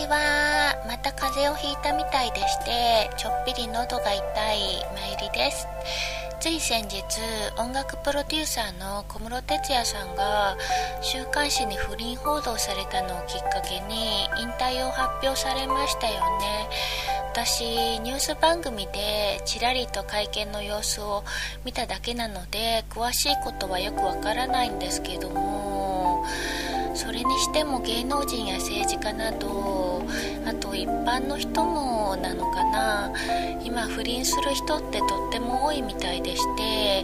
ちは。また風邪をひいたみたいでして、ちょっぴり喉が痛いまいりです。つい先日、音楽プロデューサーの小室哲哉さんが週刊誌に不倫報道されたのをきっかけに引退を発表されましたよね。私、ニュース番組でちらりと会見の様子を見ただけなので詳しいことはよくわからないんですけども、それにしても芸能人や政治家など、あと一般の人もなのかな、今不倫する人ってとっても多いみたいでして、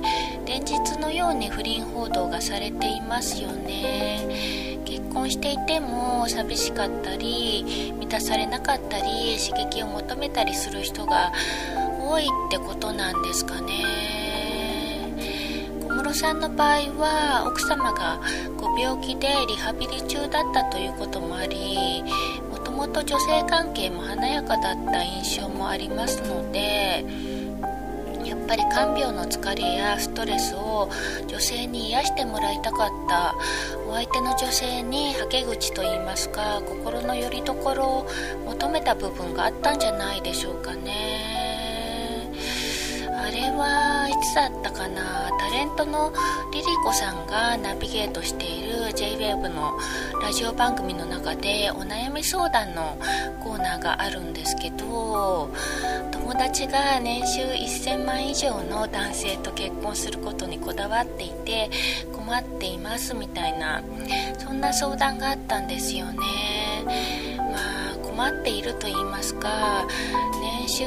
連日のように不倫報道がされていますよね。結婚していても寂しかったり満たされなかったり刺激を求めたりする人が多いってことなんですかね。小室さんの場合は奥様がご病気でリハビリ中だったということもあり、もともと女性関係も華やかだった印象もありますので、やっぱり看病の疲れやストレスを女性に癒してもらいたかったお相手の女性にはけ口といいますか、心の拠り所を求めた部分があったんじゃないでしょうかね。あれはいつだったかな、タレントのリリコさんがナビゲートしている J-WAVE のラジオ番組の中でお悩み相談のコーナーがあるんですけど、友達が年収1000万以上の男性と結婚することにこだわっていて困っていますみたいな、そんな相談があったんですよね。困っていると言いますか、年収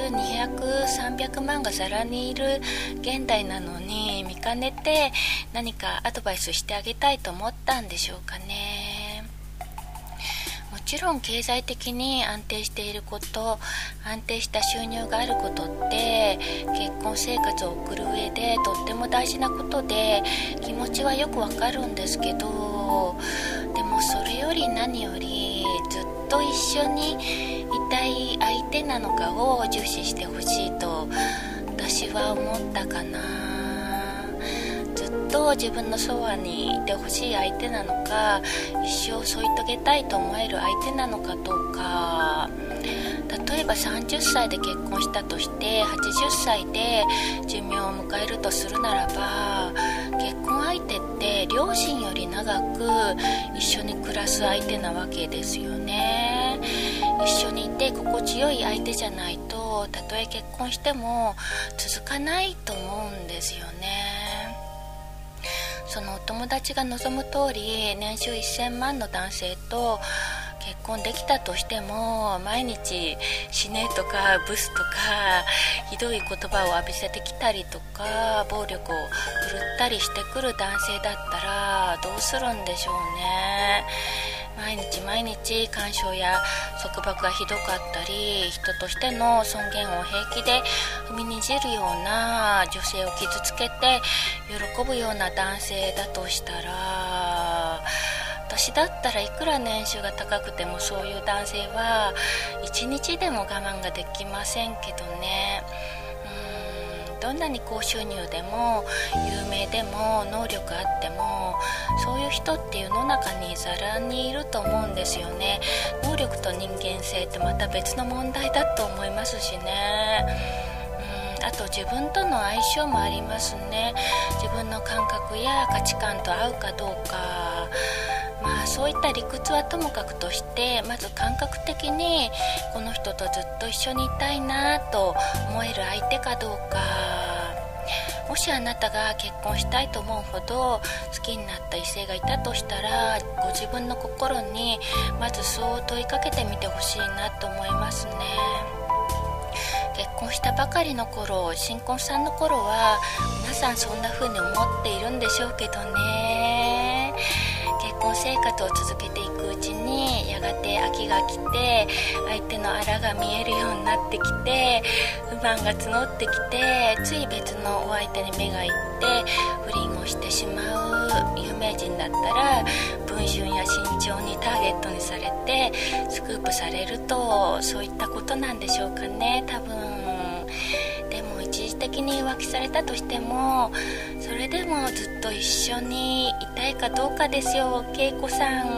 200、300万がざらにいる現代なのに見かねて何かアドバイスしてあげたいと思ったんでしょうかね。もちろん経済的に安定していること、安定した収入があることって結婚生活を送る上でとっても大事なことで、気持ちはよくわかるんですけど、でもそれより何よりずっと一緒にいたい相手なのかを重視してほしいと私は思ったかな。ずっと自分のそばにいてほしい相手なのか、一生添い遂げたいと思える相手なのかどうか。例えば30歳で結婚したとして80歳で寿命を迎えるとするならば、結婚相手って両親より長く一緒に暮らす相手なわけですよね。一緒にいて心地よい相手じゃないと、たとえ結婚しても続かないと思うんですよね。そのお友達が望む通り年収1000万の男性と結婚できたとしても、毎日死ねとかブスとかひどい言葉を浴びせてきたりとか暴力を振るったりしてくる男性だったらどうするんでしょうね。毎日干渉や束縛がひどかったり、人としての尊厳を平気で踏みにじるような女性を傷つけて喜ぶような男性だとしたら、私だったらいくら年収が高くてもそういう男性は一日でも我慢ができませんけどね。どんなに高収入でも有名でも能力あっても、そういう人って世の中にざらにいると思うんですよね。能力と人間性ってまた別の問題だと思いますしね。あと自分との相性もありますね。自分の感覚や価値観と合うかどうか。そういった理屈はともかくとして、まず感覚的にこの人とずっと一緒にいたいなと思える相手かどうか。もしあなたが結婚したいと思うほど好きになった異性がいたとしたら、ご自分の心にまずそう問いかけてみてほしいなと思いますね。結婚したばかりの頃、新婚さんの頃は皆さんそんな風に思っているんでしょうけどね。結婚生活を続けていくうちにやがて飽きが来て、相手のあらが見えるようになってきて、不満が募ってきて、つい別のお相手に目がいって不倫をしてしまう。有名人だったら文春や新潮にターゲットにされてスクープされると、そういったことなんでしょうかね、多分。でも一時的に浮気されたとしても、それでもずっと一緒にいたいかどうかですよ、恵子さん。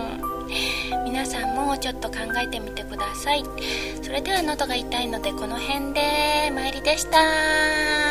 皆さんもちょっと考えてみてください。それでは喉が痛いのでこの辺で参りでした。